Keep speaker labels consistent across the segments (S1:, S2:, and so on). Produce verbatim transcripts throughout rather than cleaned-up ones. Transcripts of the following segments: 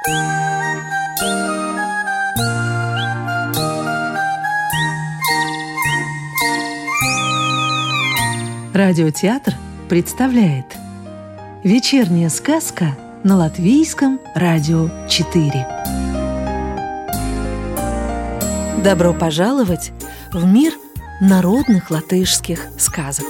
S1: Радиотеатр представляет «Вечерняя сказка» на Латвийском радио четыре. Добро пожаловать в мир народных латышских сказок.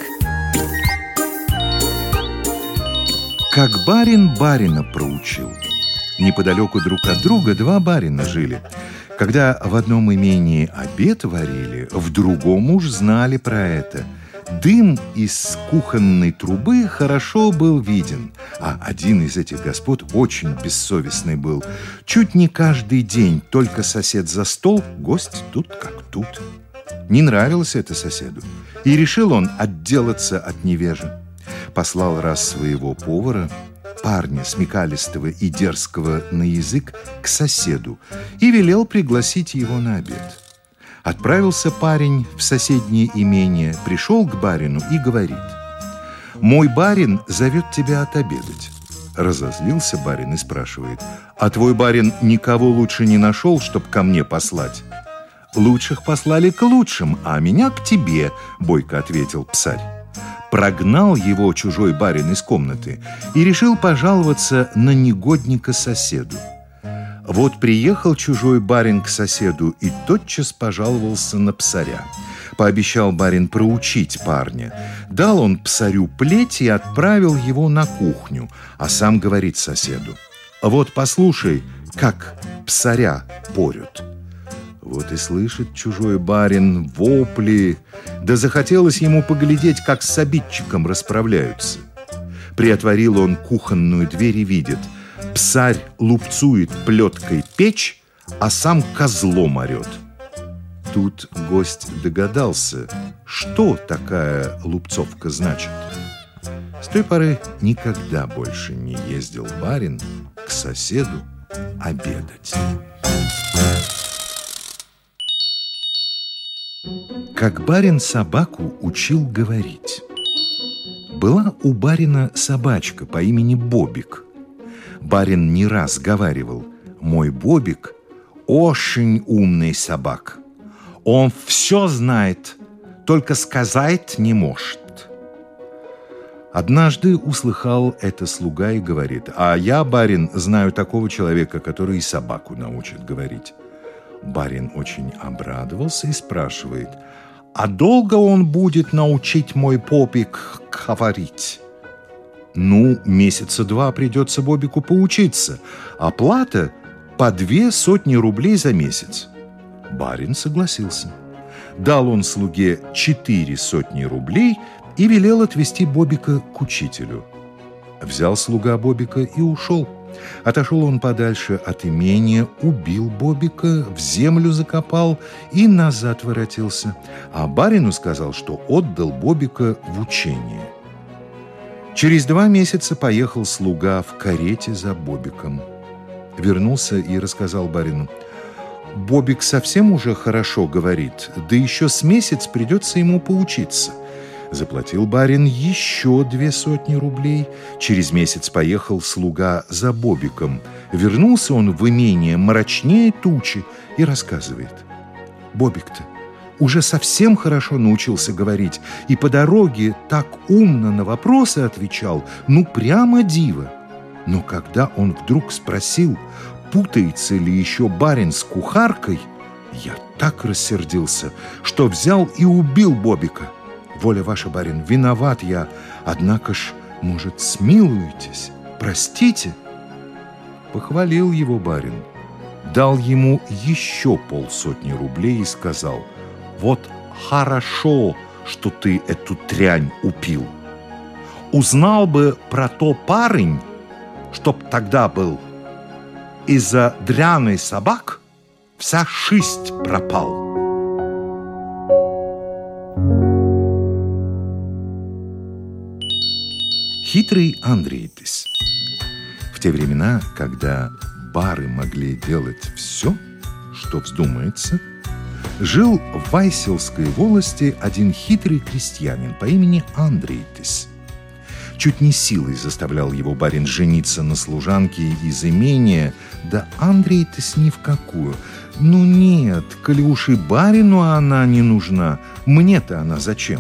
S2: Как барин барина проучил. Неподалеку друг от друга два барина жили. Когда в одном имении обед варили, в другом уж знали про это. Дым из кухонной трубы хорошо был виден, а один из этих господ очень бессовестный был. Чуть не каждый день только сосед за стол, гость тут как тут. Не нравилось это соседу, и решил он отделаться от невежи. Послал раз своего повара, парня смекалистого и дерзкого на язык, к соседу и велел пригласить его на обед. Отправился парень в соседнее имение, пришел к барину и говорит: «Мой барин зовет тебя отобедать». Разозлился барин и спрашивает: «А твой барин никого лучше не нашел, чтоб ко мне послать?» «Лучших послали к лучшим, а меня к тебе», — бойко ответил псарь. Прогнал его чужой барин из комнаты и решил пожаловаться на негодника соседу. Вот приехал чужой барин к соседу и тотчас пожаловался на псаря. Пообещал барин проучить парня. Дал он псарю плеть и отправил его на кухню, а сам говорит соседу: «Вот послушай, как псаря порют». Вот и слышит чужой барин вопли, да захотелось ему поглядеть, как с обидчиком расправляются. Приотворил он кухонную дверь и видит: псарь лупцует плеткой печь, а сам козлом орет. Тут гость догадался, что такая лупцовка значит. С той поры никогда больше не ездил барин к соседу обедать. Как барин собаку учил говорить. Была у барина собачка по имени Бобик. Барин не раз говаривал: «Мой Бобик очень умный собак. Он все знает, только сказать не может». Однажды услыхал это слуга и говорит: «А я, барин, знаю такого человека, который и собаку научит говорить». Барин очень обрадовался и спрашивает: «А долго он будет научить мой Бобик говорить?» «Ну, месяца два придется Бобику поучиться. Оплата по две сотни рублей за месяц». Барин согласился. Дал он слуге четыре сотни рублей и велел отвезти Бобика к учителю. Взял слуга Бобика и ушел. Отошел он подальше от имения, убил Бобика, в землю закопал и назад воротился. А барину сказал, что отдал Бобика в учение. Через два месяца поехал слуга в карете за Бобиком. Вернулся и рассказал барину: «Бобик совсем уже хорошо говорит, да еще с месяц придется ему поучиться». Заплатил барин еще две сотни рублей. Через месяц поехал слуга за Бобиком. Вернулся он в имение мрачнее тучи и рассказывает: «Бобик-то уже совсем хорошо научился говорить, и по дороге так умно на вопросы отвечал, ну прямо диво. Но когда он вдруг спросил, путается ли еще барин с кухаркой, я так рассердился, что взял и убил Бобика. Воля ваша, барин, виноват я, однако ж, может, смилуетесь, простите?» Похвалил его барин, дал ему еще полсотни рублей и сказал: «Вот хорошо, что ты эту трянь упил. Узнал бы про то парень, чтоб тогда был, из-за дряной собак вся шесть пропал». Хитрый Андрейтис. В те времена, когда бары могли делать все, что вздумается, жил в Вайселской волости один хитрый крестьянин по имени Андрейтис. Чуть не силой заставлял его барин жениться на служанке из имения, да Андрей-то ни в какую. Ну нет, коли уж и барину она не нужна, мне-то она зачем?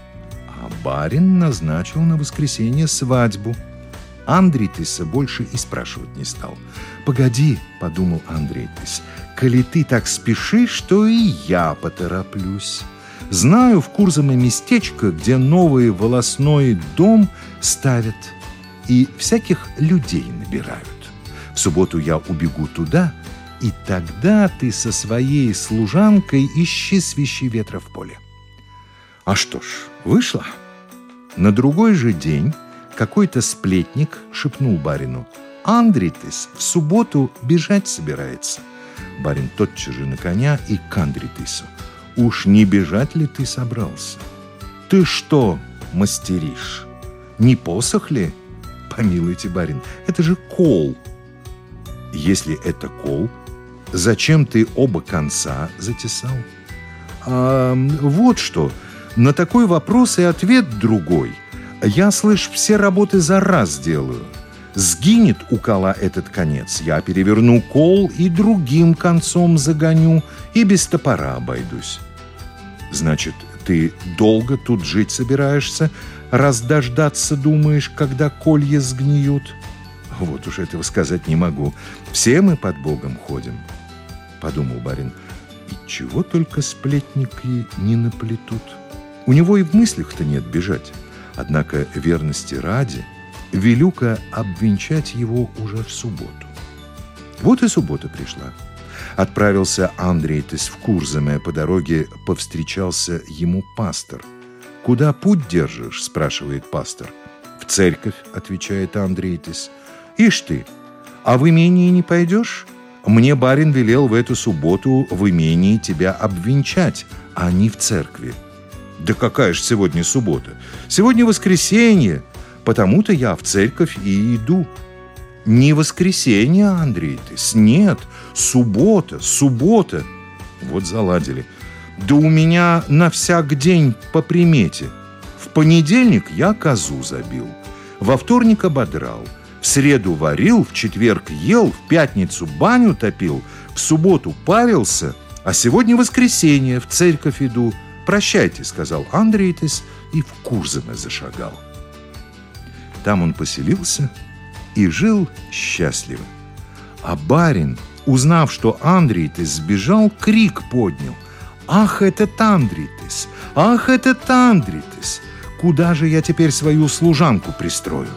S2: А барин назначил на воскресенье свадьбу. Андрей-тыса больше и спрашивать не стал. «Погоди», — подумал Андрей-тыс, — «коли ты так спешишь, то и я потороплюсь. Знаю в Курзаме местечко, где новый волосной дом ставят и всяких людей набирают. В субботу я убегу туда, и тогда ты со своей служанкой ищи свищи ветра в поле». А что ж, вышло. На другой же день какой-то сплетник шепнул барину: «Андрей-тыс в субботу бежать собирается». Барин тотчас же на коня и к Андрей-тысу: «Уж не бежать ли ты собрался? Ты что мастеришь? Не посох ли?» «Помилуйте, барин, это же кол». «Если это кол, зачем ты оба конца затесал?» «А вот что, на такой вопрос и ответ другой. Я, слышь, все работы за раз делаю. Сгинет у кола этот конец, я переверну кол и другим концом загоню, и без топора обойдусь». «Значит, ты долго тут жить собираешься, раз дождаться думаешь, когда колья сгниют?» «Вот уж этого сказать не могу. Все мы под Богом ходим», — подумал барин. «И чего только сплетники не наплетут. У него и в мыслях-то нет бежать. Однако верности ради велюка обвенчать его уже в субботу». Вот и суббота пришла. Отправился Андрей-тыс в Курзаме, по дороге повстречался ему пастор. «Куда путь держишь?» – спрашивает пастор. «В церковь», – отвечает Андрей-тыс. «Ишь ты, а в имение не пойдешь? Мне барин велел в эту субботу в имении тебя обвенчать, а не в церкви». «Да какая ж сегодня суббота? Сегодня воскресенье, потому-то я в церковь и иду». «Не воскресенье, Андрей-тыс, нет, суббота, суббота». Вот заладили. «Да у меня на всяк день по примете. В понедельник я козу забил, во вторник ободрал, в среду варил, в четверг ел, в пятницу баню топил, в субботу парился, а сегодня воскресенье, в церковь иду. Прощайте», — сказал Андрей-тыс и в Курзаме зашагал. Там он поселился и жил счастливо. А барин, узнав, что Андрей-тыс сбежал, крик поднял: «Ах, этот Андрей-тыс! Ах, этот Андрей-тыс! Куда же я теперь свою служанку пристрою?»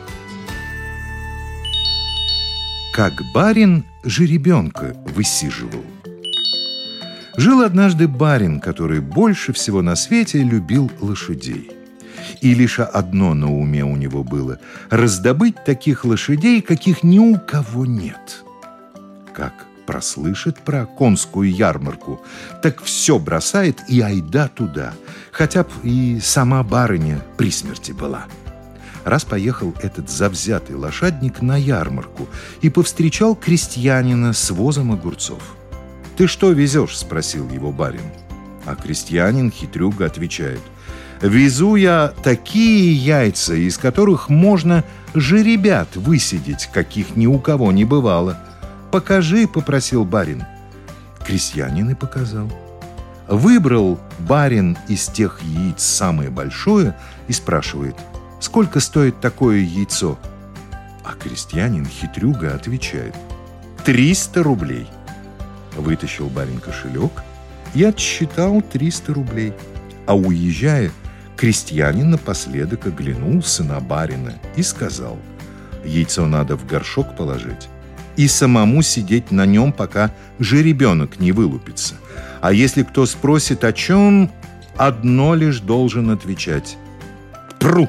S2: Как барин жеребенка высиживал. Жил однажды барин, который больше всего на свете любил лошадей. И лишь одно на уме у него было – раздобыть таких лошадей, каких ни у кого нет. Как прослышит про конскую ярмарку, так все бросает и айда туда, хотя б и сама барыня при смерти была. Раз поехал этот завзятый лошадник на ярмарку и повстречал крестьянина с возом огурцов. «Ты что везешь?» – спросил его барин. А крестьянин хитрюга отвечает: «Везу я такие яйца, из которых можно жеребят высидеть, каких ни у кого не бывало». «Покажи», — попросил барин. Крестьянин и показал. Выбрал барин из тех яиц самое большое и спрашивает: «Сколько стоит такое яйцо?» А крестьянин хитрюга отвечает: «Триста рублей». Вытащил барин кошелек и отсчитал триста рублей. А уезжая, крестьянин напоследок оглянулся на барина и сказал: «Яйцо надо в горшок положить и самому сидеть на нем, пока жеребенок не вылупится. А если кто спросит о чем, одно лишь должен отвечать: пру».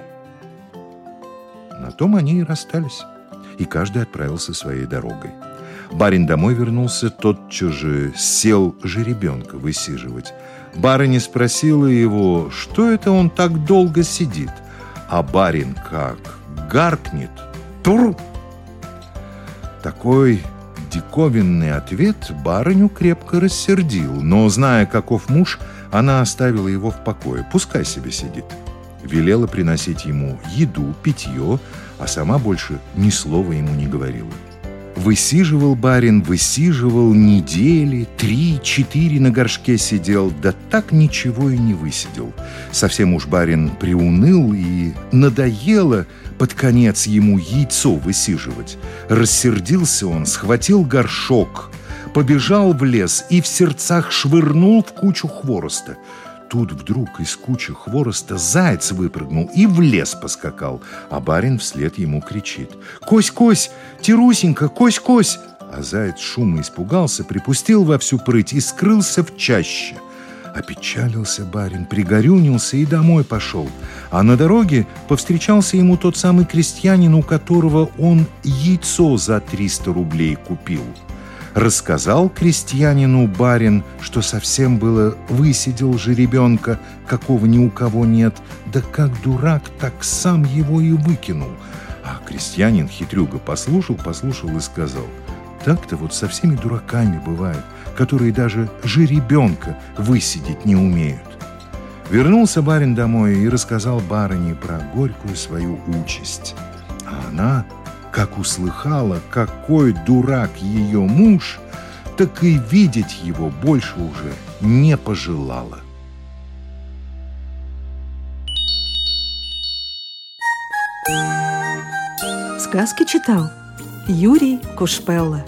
S2: На том они и расстались, и каждый отправился своей дорогой. Барин домой вернулся, тотчас же сел жеребенка высиживать. Барыня спросила его, что это он так долго сидит, а барин как гаркнет: «Тур!» Такой диковинный ответ барыню крепко рассердил, но, зная, каков муж, она оставила его в покое, пускай себе сидит. велела приносить ему еду, питье, а сама больше ни слова ему не говорила. Высиживал барин, высиживал недели, три-четыре на горшке сидел, да так ничего и не высидел. Совсем уж барин приуныл, и надоело под конец ему яйцо высиживать. Рассердился он, схватил горшок, побежал в лес и в сердцах швырнул в кучу хвороста. Тут вдруг из кучи хвороста заяц выпрыгнул и в лес поскакал, а барин вслед ему кричит: «Кось, Кось! Терусенька, Кось, Кось!» А заяц шумно испугался, припустил во всю прыть и скрылся в чаще. Опечалился барин, пригорюнился и домой пошел. А на дороге повстречался ему тот самый крестьянин, у которого он яйцо за триста рублей купил. Рассказал крестьянину барин, что совсем было высидел жеребенка, какого ни у кого нет, да как дурак, так сам его и выкинул. А крестьянин хитрюга послушал, послушал и сказал: так-то вот со всеми дураками бывает, которые даже жеребенка высидеть не умеют. Вернулся барин домой и рассказал барыне про горькую свою участь. А она, как услыхала, какой дурак ее муж, так и видеть его больше уже не пожелала.
S1: Сказки читал Юрий Кушпелла.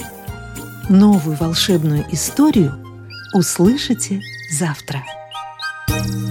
S1: Новую волшебную историю услышите завтра.